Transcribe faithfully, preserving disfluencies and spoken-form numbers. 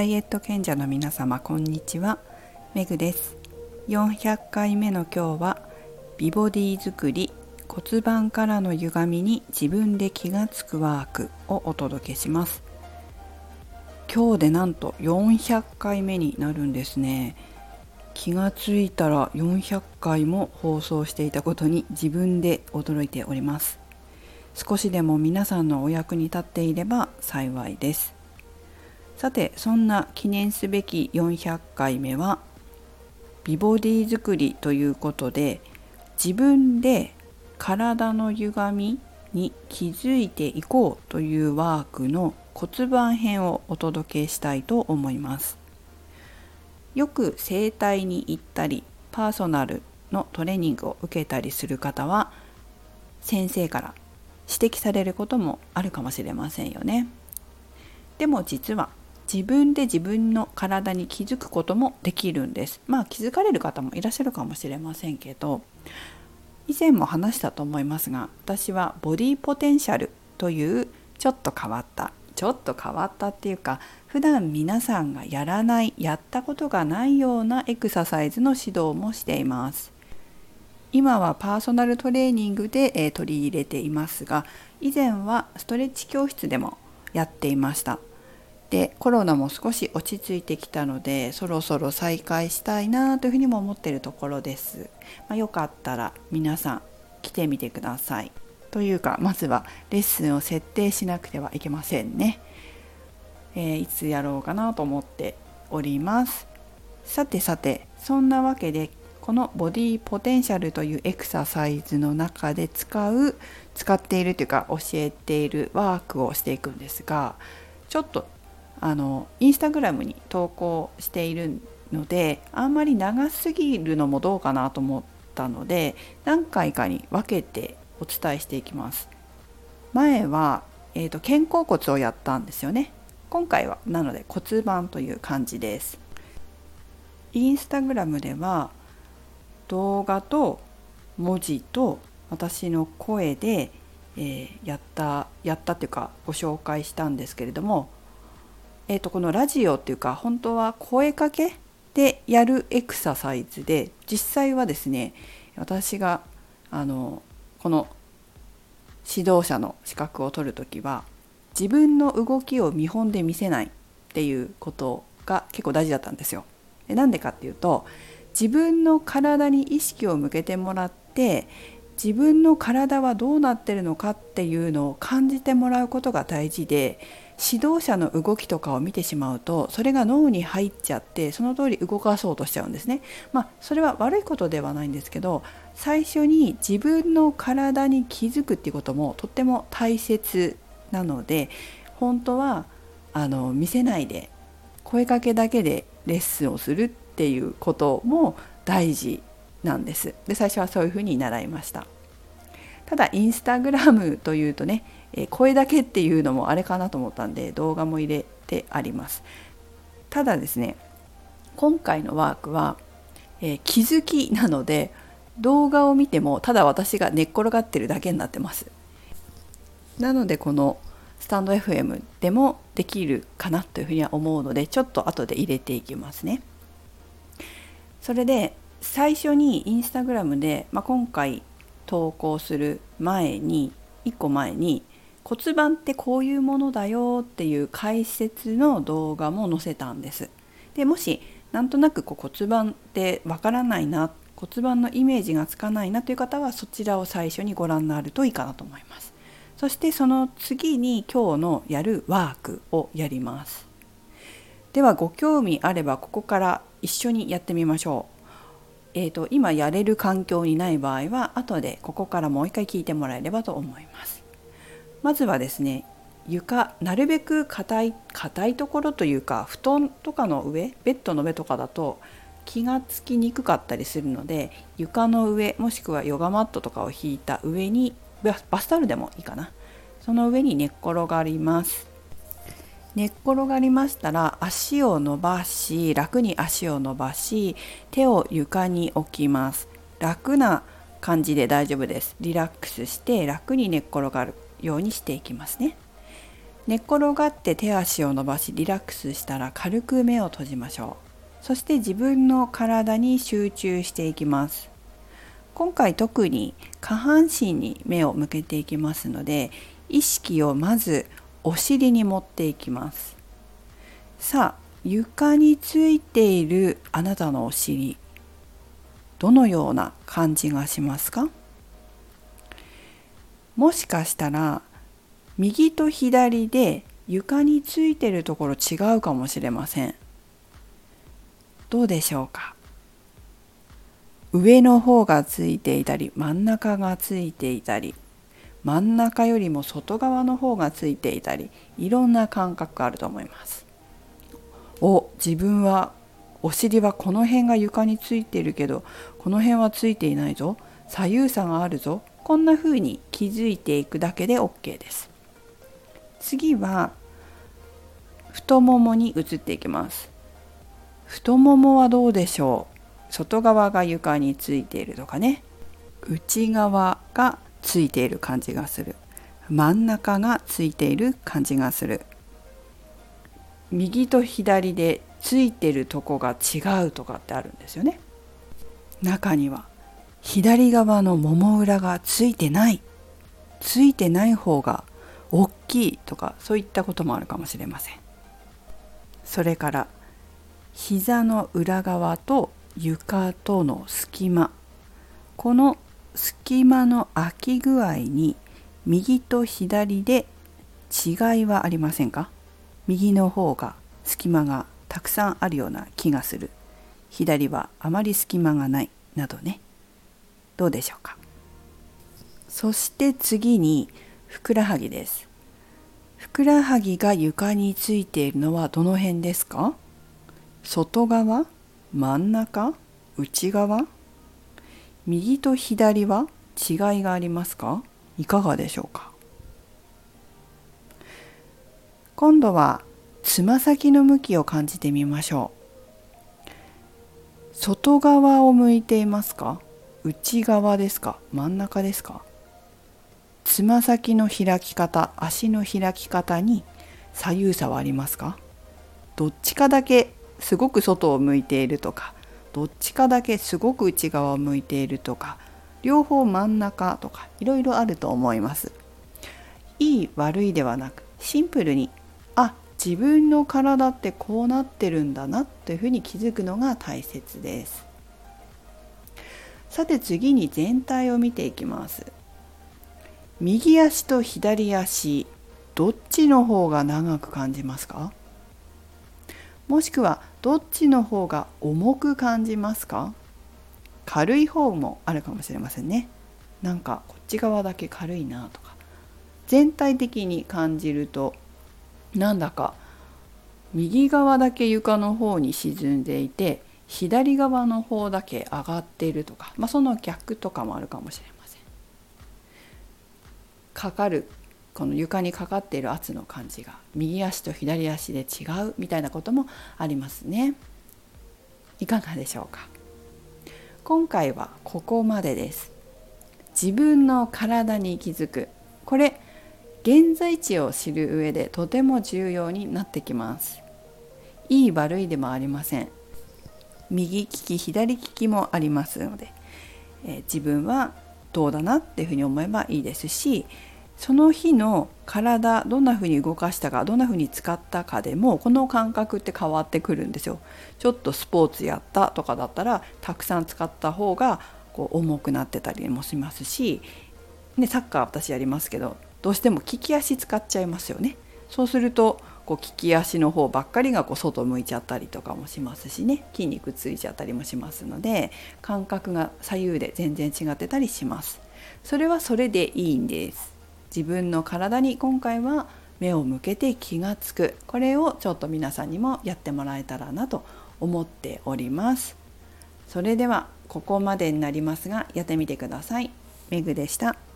ダイエット賢者の皆様、こんにちは。メグです。よんひゃっかいめの今日は美ボディ作り、骨盤からの歪みに自分で気がつくワークをお届けします。今日でなんとよんひゃっかいめになるんですね。気がついたらよんひゃっかいも放送していたことに自分で驚いております。少しでも皆さんのお役に立っていれば幸いです。さて、そんな記念すべきよんひゃっかいめは美ボディ作りということで、自分で体の歪みに気づいていこうというワークの骨盤編をお届けしたいと思います。よく整体に行ったりパーソナルのトレーニングを受けたりする方は、先生から指摘されることもあるかもしれませんよね。でも実は自分で自分の体に気づくこともできるんです。まあ気づかれる方もいらっしゃるかもしれませんけど、以前も話したと思いますが、私はボディポテンシャルというちょっと変わったちょっと変わったっていうか、普段皆さんがやらないやったことがないようなエクササイズの指導もしています。今はパーソナルトレーニングで、えー、取り入れていますが、以前はストレッチ教室でもやっていました。で、コロナも少し落ち着いてきたので、そろそろ再開したいなというふうにも思っているところです。まあ、よかったら皆さん来てみてください。というか、まずはレッスンを設定しなくてはいけませんね。えー、いつやろうかなと思っております。さてさて、そんなわけでこのボディポテンシャルというエクササイズの中で使う使っているというか教えているワークをしていくんですが、ちょっとあのインスタグラムに投稿しているので、あんまり長すぎるのもどうかなと思ったので、何回かに分けてお伝えしていきます。前は、えーと、肩甲骨をやったんですよね。今回はなので骨盤という感じです。インスタグラムでは動画と文字と私の声で、えー、やったやったっていうかご紹介したんですけれども、えーと、このラジオっていうか本当は声かけでやるエクササイズで、実際はですね、私があのこの指導者の資格を取るときは自分の動きを見本で見せないっていうことが結構大事だったんですよ。で、なんでかっていうと、自分の体に意識を向けてもらって、自分の体はどうなってるのかっていうのを感じてもらうことが大事で、指導者の動きとかを見てしまうとそれが脳に入っちゃってその通り動かそうとしちゃうんですね。まあそれは悪いことではないんですけど、最初に自分の体に気づくっていうこともとっても大切なので、本当はあの見せないで声かけだけでレッスンをするっていうことも大事なんです。で、最初はそういうふうに習いました。ただインスタグラムというとね、声だけっていうのもあれかなと思ったんで動画も入れてあります。ただですね、今回のワークは、えー、気づきなので、動画を見てもただ私が寝っ転がってるだけになってます。なのでこのスタンド エフエム でもできるかなというふうには思うので、ちょっと後で入れていきますね。それで最初にインスタグラムで、まあ、今回投稿する前にいっこまえに骨盤ってこういうものだよっていう解説の動画も載せたんです。で、もしなんとなくこう骨盤ってわからないな、骨盤のイメージがつかないなという方はそちらを最初にご覧になるといいかなと思います。そしてその次に今日のやるワークをやります。ではご興味あればここから一緒にやってみましょう。えーと、今やれる環境にない場合は後でここからもう一回聞いてもらえればと思います。まずはですね、床、なるべく硬い硬いところというか、布団とかの上、ベッドの上とかだと気がつきにくかったりするので、床の上もしくはヨガマットとかを引いた上に、バスタオルでもいいかな、その上に寝っ転がります。寝っ転がりましたら足を伸ばし、楽に足を伸ばし、手を床に置きます。楽な感じで大丈夫です。リラックスして楽に寝っ転がるようにしていきますね。 寝っ転がって手足を伸ばしリラックスしたら軽く目を閉じましょう。そして自分の体に集中していきます。今回特に下半身に目を向けていきますので、意識をまずお尻に持っていきます。さあ、床についているあなたのお尻、どのような感じがしますか？もしかしたら右と左で床についているところ違うかもしれません。どうでしょうか？上の方がついていたり、真ん中がついていたり、真ん中よりも外側の方がついていたり、いろんな感覚があると思います。お、自分はお尻はこの辺が床についているけど、この辺はついていないぞ、左右差があるぞ、こんな風に気づいていくだけで OK です。次は太ももに移っていきます。太ももはどうでしょう？外側が床についているとかね、内側がついている感じがする、真ん中がついている感じがする、右と左でついているとこが違うとかってあるんですよね。中には左側のもも裏がついてない、ついてない方が大きいとか、そういったこともあるかもしれません。それから膝の裏側と床との隙間、この隙間の空き具合に右と左で違いはありませんか？右の方が隙間がたくさんあるような気がする、左はあまり隙間がないなどね、どうでしょうか？そして次にふくらはぎです。ふくらはぎが床についているのはどの辺ですか？外側、真ん中、内側、右と左は違いがありますか？いかがでしょうか？今度はつま先の向きを感じてみましょう。外側を向いていますか？内側ですか？真ん中ですか？つま先の開き方、足の開き方に左右差はありますか？どっちかだけすごく外を向いているとか、どっちかだけすごく内側を向いているとか、両方真ん中とか、いろいろあると思います。いい悪いではなく、シンプルに、あ、自分の体ってこうなってるんだなというふうに気づくのが大切です。さて次に全体を見ていきます。右足と左足、どっちの方が長く感じますか？もしくはどっちの方が重く感じますか？軽い方もあるかもしれませんね。なんかこっち側だけ軽いなとか、全体的に感じると、なんだか右側だけ床の方に沈んでいて、左側の方だけ上がっているとか、まあ、その逆とかもあるかもしれません。かかるこの床にかかっている圧の感じが右足と左足で違うみたいなこともありますね。いかがでしょうか？今回はここまでです。自分の体に気づく、これ現在地を知る上でとても重要になってきます。いい悪いでもありません。右利き左利きもありますので、えー、自分はどうだなっていうふうに思えばいいですし、その日の体どんなふうに動かしたか、どんなふうに使ったかでもこの感覚って変わってくるんですよ。ちょっとスポーツやったとかだったらたくさん使った方がこう重くなってたりもしますし、ね、サッカー私やりますけど、どうしても利き足使っちゃいますよね。そうするとこう利き足の方ばっかりがこう外向いちゃったりとかもしますしね、筋肉ついちゃったりもしますので、感覚が左右で全然違ってたりします。それはそれでいいんです。自分の体に今回は目を向けて気がつく、これをちょっと皆さんにもやってもらえたらなと思っております。それではここまでになりますが、やってみてください。めぐでした。